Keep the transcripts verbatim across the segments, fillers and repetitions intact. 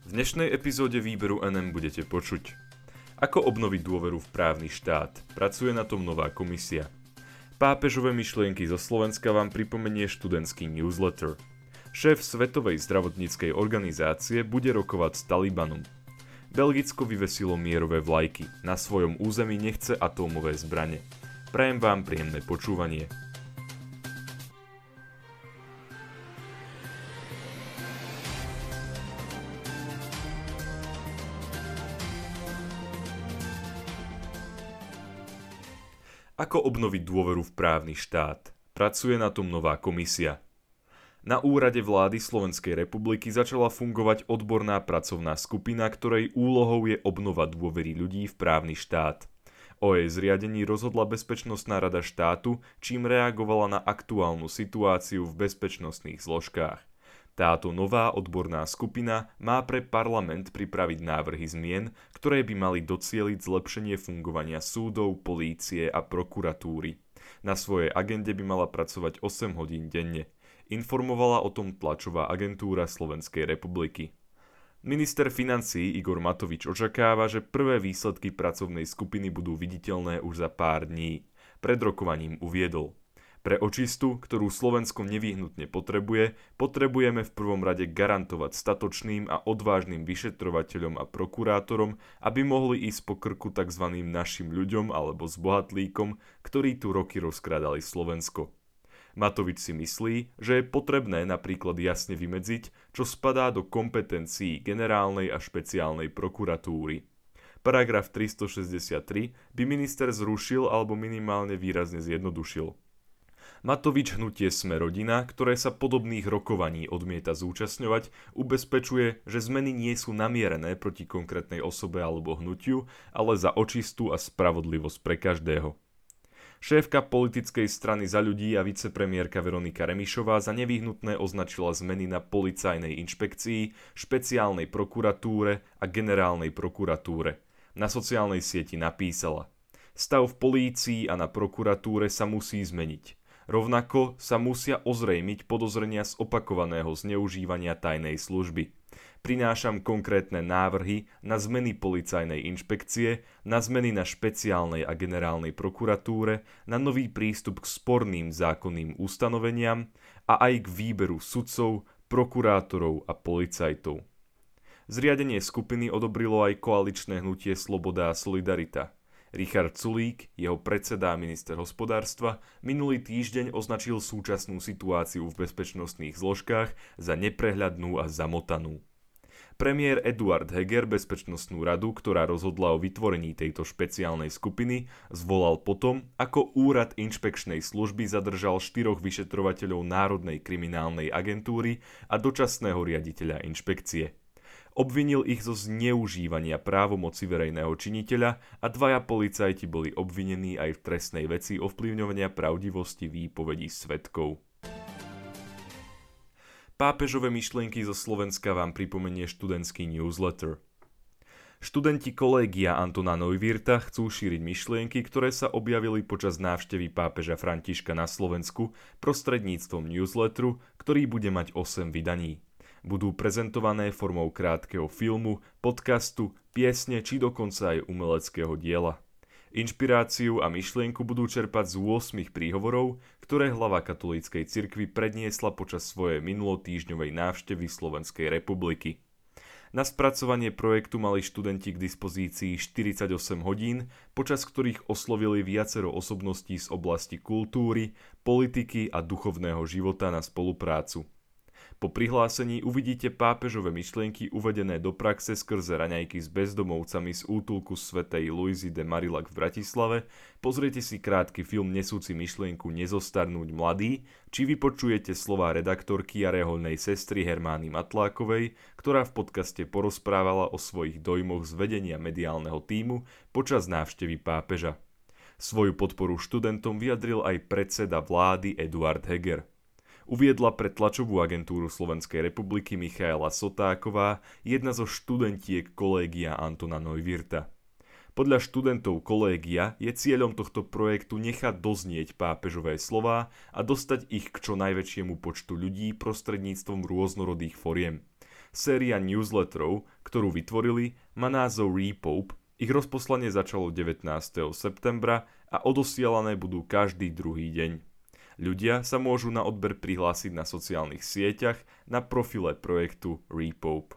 V dnešnej epizóde Výberu en em budete počuť: ako obnoviť dôveru v právny štát, pracuje na tom nová komisia. Pápežové myšlienky zo Slovenska vám pripomenie študentský newsletter. Šéf Svetovej zdravotníckej organizácie bude rokovať s Talibanom. Belgicko vyvesilo mierové vlajky, na svojom území nechce atómové zbrane. Prajem vám príjemné počúvanie. Ako obnoviť dôveru v právny štát? Pracuje na tom nová komisia. Na úrade vlády Slovenskej republiky začala fungovať odborná pracovná skupina, ktorej úlohou je obnova dôvery ľudí v právny štát. O jej zriadení rozhodla Bezpečnostná rada štátu, čím reagovala na aktuálnu situáciu v bezpečnostných zložkách. Táto nová odborná skupina má pre parlament pripraviť návrhy zmien, ktoré by mali docieliť zlepšenie fungovania súdov, polície a prokuratúry. Na svojej agende by mala pracovať osem hodín denne. Informovala o tom tlačová agentúra Slovenskej republiky. Minister financií Igor Matovič očakáva, že prvé výsledky pracovnej skupiny budú viditeľné už za pár dní. Pred rokovaním uviedol: Pre očistu, ktorú Slovensko nevyhnutne potrebuje, potrebujeme v prvom rade garantovať statočným a odvážnym vyšetrovateľom a prokurátorom, aby mohli ísť po krku tzv. Našim ľuďom alebo zbohatlíkom, ktorí tu roky rozkrádali Slovensko. Matovič si myslí, že je potrebné napríklad jasne vymedziť, čo spadá do kompetencií generálnej a špeciálnej prokuratúry. Paragraf tristošesťdesiattri by minister zrušil alebo minimálne výrazne zjednodušil. Matovič hnutie Sme rodina, ktoré sa podobných rokovaní odmieta zúčastňovať, ubezpečuje, že zmeny nie sú namierené proti konkrétnej osobe alebo hnutiu, ale za očistú a spravodlivosť pre každého. Šéfka politickej strany Za ľudí a vicepremiérka Veronika Remišová za nevyhnutné označila zmeny na policajnej inšpekcii, špeciálnej prokuratúre a generálnej prokuratúre. Na sociálnej sieti napísala: Stav v polícii a na prokuratúre sa musí zmeniť. Rovnako sa musia ozrejmiť podozrenia z opakovaného zneužívania tajnej služby. Prinášam konkrétne návrhy na zmeny policajnej inšpekcie, na zmeny na špeciálnej a generálnej prokuratúre, na nový prístup k sporným zákonným ustanoveniam a aj k výberu sudcov, prokurátorov a policajtov. Zriadenie skupiny odobrilo aj koaličné hnutie Sloboda a Solidarita. Richard Sulík, jeho predseda a minister hospodárstva, minulý týždeň označil súčasnú situáciu v bezpečnostných zložkách za neprehľadnú a zamotanú. Premiér Eduard Heger Bezpečnostnú radu, ktorá rozhodla o vytvorení tejto špeciálnej skupiny, zvolal potom, ako úrad inšpekčnej služby zadržal štyroch vyšetrovateľov Národnej kriminálnej agentúry a dočasného riaditeľa inšpekcie. Obvinil ich zo zneužívania právomoci verejného činiteľa a dvaja policajti boli obvinení aj v trestnej veci ovplyvňovania pravdivosti výpovedí svedkov. Pápežové myšlienky zo Slovenska vám pripomenie študentský newsletter. Študenti kolégia Antona Neuwirtha chcú šíriť myšlienky, ktoré sa objavili počas návštevy pápeža Františka na Slovensku prostredníctvom newsletteru, ktorý bude mať osem vydaní. Budú prezentované formou krátkeho filmu, podcastu, piesne či dokonca aj umeleckého diela. Inšpiráciu a myšlienku budú čerpať z ôsmich príhovorov, ktoré hlava katolíckej cirkvi predniesla počas svojej minulotýždňovej návštevy Slovenskej republiky. Na spracovanie projektu mali študenti k dispozícii štyridsaťosem hodín, počas ktorých oslovili viacero osobností z oblasti kultúry, politiky a duchovného života na spoluprácu. Po prihlásení uvidíte pápežové myšlienky uvedené do praxe skrze raňajky s bezdomovcami z útulku svätej Luizy de Marillac v Bratislave, pozriete si krátky film nesúci myšlienku Nezostarnúť mladý, či vypočujete slová redaktorky a rehoľnej sestry Hermány Matlákovej, ktorá v podcaste porozprávala o svojich dojmoch z vedenia mediálneho tímu počas návštevy pápeža. Svoju podporu študentom vyjadril aj predseda vlády Eduard Heger. Uviedla pre tlačovú agentúru Slovenskej republiky Michaela Sotáková, jedna zo študentiek kolégia Antona Neuwirtha. Podľa študentov kolégia je cieľom tohto projektu nechať doznieť pápežové slová a dostať ich k čo najväčšiemu počtu ľudí prostredníctvom rôznorodých foriem. Séria newsletterov, ktorú vytvorili, má názov Repop, ich rozposlanie začalo devätnásteho septembra a odosielané budú každý druhý deň. Ľudia sa môžu na odber prihlásiť na sociálnych sieťach na profile projektu Repop.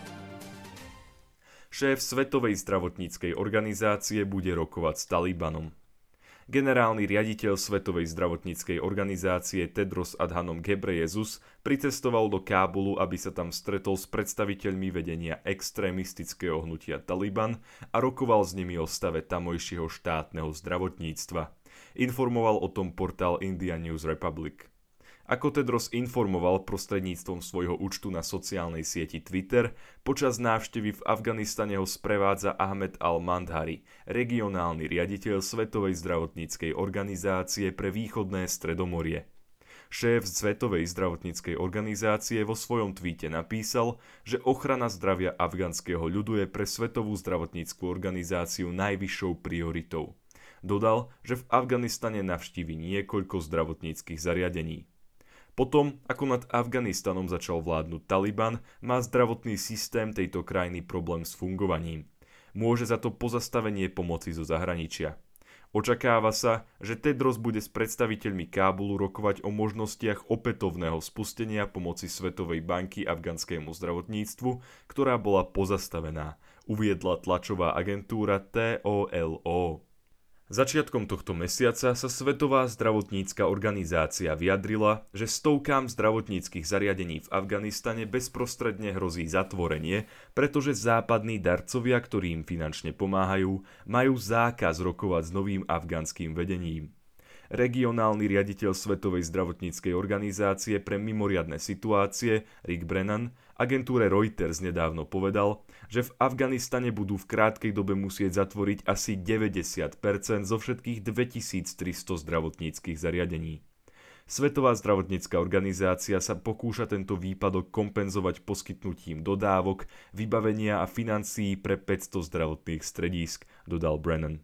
Šéf Svetovej zdravotníckej organizácie bude rokovať s Talibanom. Generálny riaditeľ Svetovej zdravotníckej organizácie Tedros Adhanom Ghebreyesus pricestoval do Kábulu, aby sa tam stretol s predstaviteľmi vedenia extrémistického hnutia Taliban a rokoval s nimi o stave tamojšieho štátneho zdravotníctva. Informoval o tom portál India News Republic. Ako Tedros informoval prostredníctvom svojho účtu na sociálnej sieti Twitter, počas návštevy v Afganistane ho sprevádza Ahmed Al-Mandhari, regionálny riaditeľ Svetovej zdravotníckej organizácie pre východné Stredomorie. Šéf Svetovej zdravotníckej organizácie vo svojom tweete napísal, že ochrana zdravia afganského ľudu je pre Svetovú zdravotnícku organizáciu najvyššou prioritou. Dodal, že v Afganistane navštívi niekoľko zdravotníckych zariadení. Potom, ako nad Afganistanom začal vládnuť Taliban, má zdravotný systém tejto krajiny problém s fungovaním. Môže za to pozastavenie pomoci zo zahraničia. Očakáva sa, že Tedros bude s predstaviteľmi Kábulu rokovať o možnostiach opätovného spustenia pomoci Svetovej banky afganskému zdravotníctvu, ktorá bola pozastavená, uviedla tlačová agentúra T O L O. Začiatkom tohto mesiaca sa Svetová zdravotnícka organizácia vyjadrila, že stovkám zdravotníckych zariadení v Afganistane bezprostredne hrozí zatvorenie, pretože západní darcovia, ktorí im finančne pomáhajú, majú zákaz rokovať s novým afganským vedením. Regionálny riaditeľ Svetovej zdravotníckej organizácie pre mimoriadne situácie Rick Brennan agentúre Reuters nedávno povedal, že v Afganistane budú v krátkej dobe musieť zatvoriť asi deväťdesiat percent zo všetkých dvetisíctristo zdravotníckych zariadení. Svetová zdravotnícka organizácia sa pokúša tento výpadok kompenzovať poskytnutím dodávok, vybavenia a financií pre päťsto zdravotných stredísk, dodal Brennan.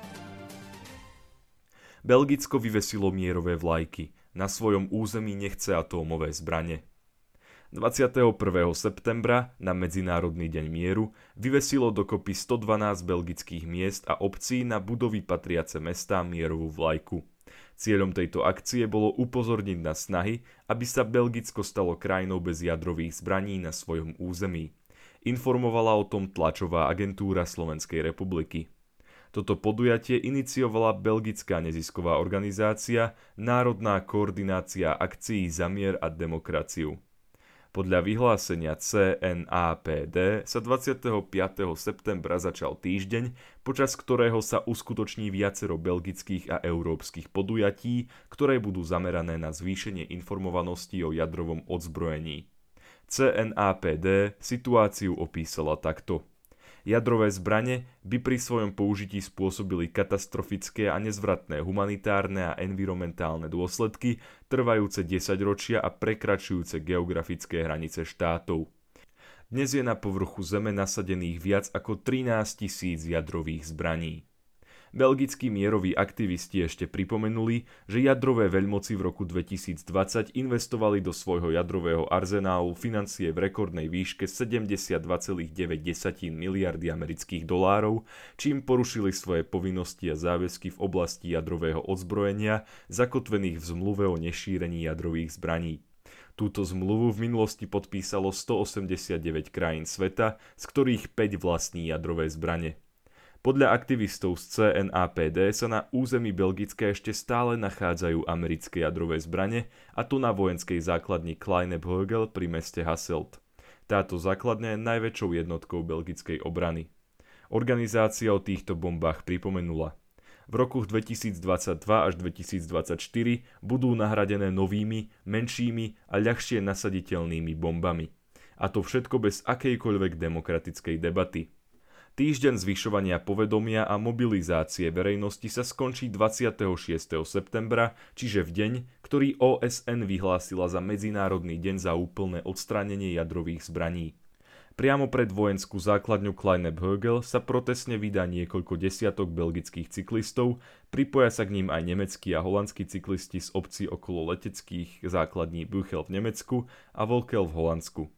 Belgicko vyvesilo mierové vlajky. Na svojom území nechce atómové zbrane. dvadsiateho prvého septembra na Medzinárodný deň mieru vyvesilo dokopy stodvanásť belgických miest a obcí na budovy patriace mestám mierovú vlajku. Cieľom tejto akcie bolo upozorniť na snahy, aby sa Belgicko stalo krajinou bez jadrových zbraní na svojom území. Informovala o tom tlačová agentúra Slovenskej republiky. Toto podujatie iniciovala belgická nezisková organizácia Národná koordinácia akcií za mier a demokraciu. Podľa vyhlásenia C N A P D sa dvadsiateho piateho septembra začal týždeň, počas ktorého sa uskutoční viacero belgických a európskych podujatí, ktoré budú zamerané na zvýšenie informovanosti o jadrovom odzbrojení. C N A P D situáciu opísala takto. Jadrové zbrane by pri svojom použití spôsobili katastrofické a nezvratné humanitárne a environmentálne dôsledky, trvajúce desaťročia a prekračujúce geografické hranice štátov. Dnes je na povrchu Zeme nasadených viac ako trinásť tisíc jadrových zbraní. Belgickí mieroví aktivisti ešte pripomenuli, že jadrové veľmoci v roku dvetisícdvadsať investovali do svojho jadrového arzenálu financie v rekordnej výške sedemdesiatdva celá deväť miliardy amerických dolárov, čím porušili svoje povinnosti a záväzky v oblasti jadrového odzbrojenia zakotvených v zmluve o nešírení jadrových zbraní. Túto zmluvu v minulosti podpísalo stoosemdesiatdeväť krajín sveta, z ktorých päť vlastní jadrové zbrane. Podľa aktivistov z C N A P D sa na území Belgicka ešte stále nachádzajú americké jadrové zbrane, a to na vojenskej základni Kleine-Breugel pri meste Hasselt. Táto základňa je najväčšou jednotkou belgickej obrany. Organizácia o týchto bombách pripomenula. V rokoch dvetisícdvadsaťdva až dvetisícdvadsaťštyri budú nahradené novými, menšími a ľahšie nasaditeľnými bombami. A to všetko bez akejkoľvek demokratickej debaty. Týždeň zvyšovania povedomia a mobilizácie verejnosti sa skončí dvadsiateho šiesteho septembra, čiže v deň, ktorý O S N vyhlásila za Medzinárodný deň za úplné odstránenie jadrových zbraní. Priamo pred vojenskú základňu Kleine-Breugel sa protestne vydá niekoľko desiatok belgických cyklistov, pripoja sa k ním aj nemeckí a holandskí cyklisti z obcí okolo leteckých základní Büchel v Nemecku a Volkel v Holandsku.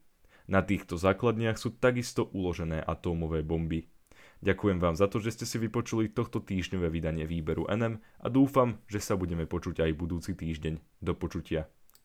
Na týchto základniach sú takisto uložené atómové bomby. Ďakujem vám za to, že ste si vypočuli tohto týždňové vydanie Výberu en em a dúfam, že sa budeme počuť aj budúci týždeň. Do počutia.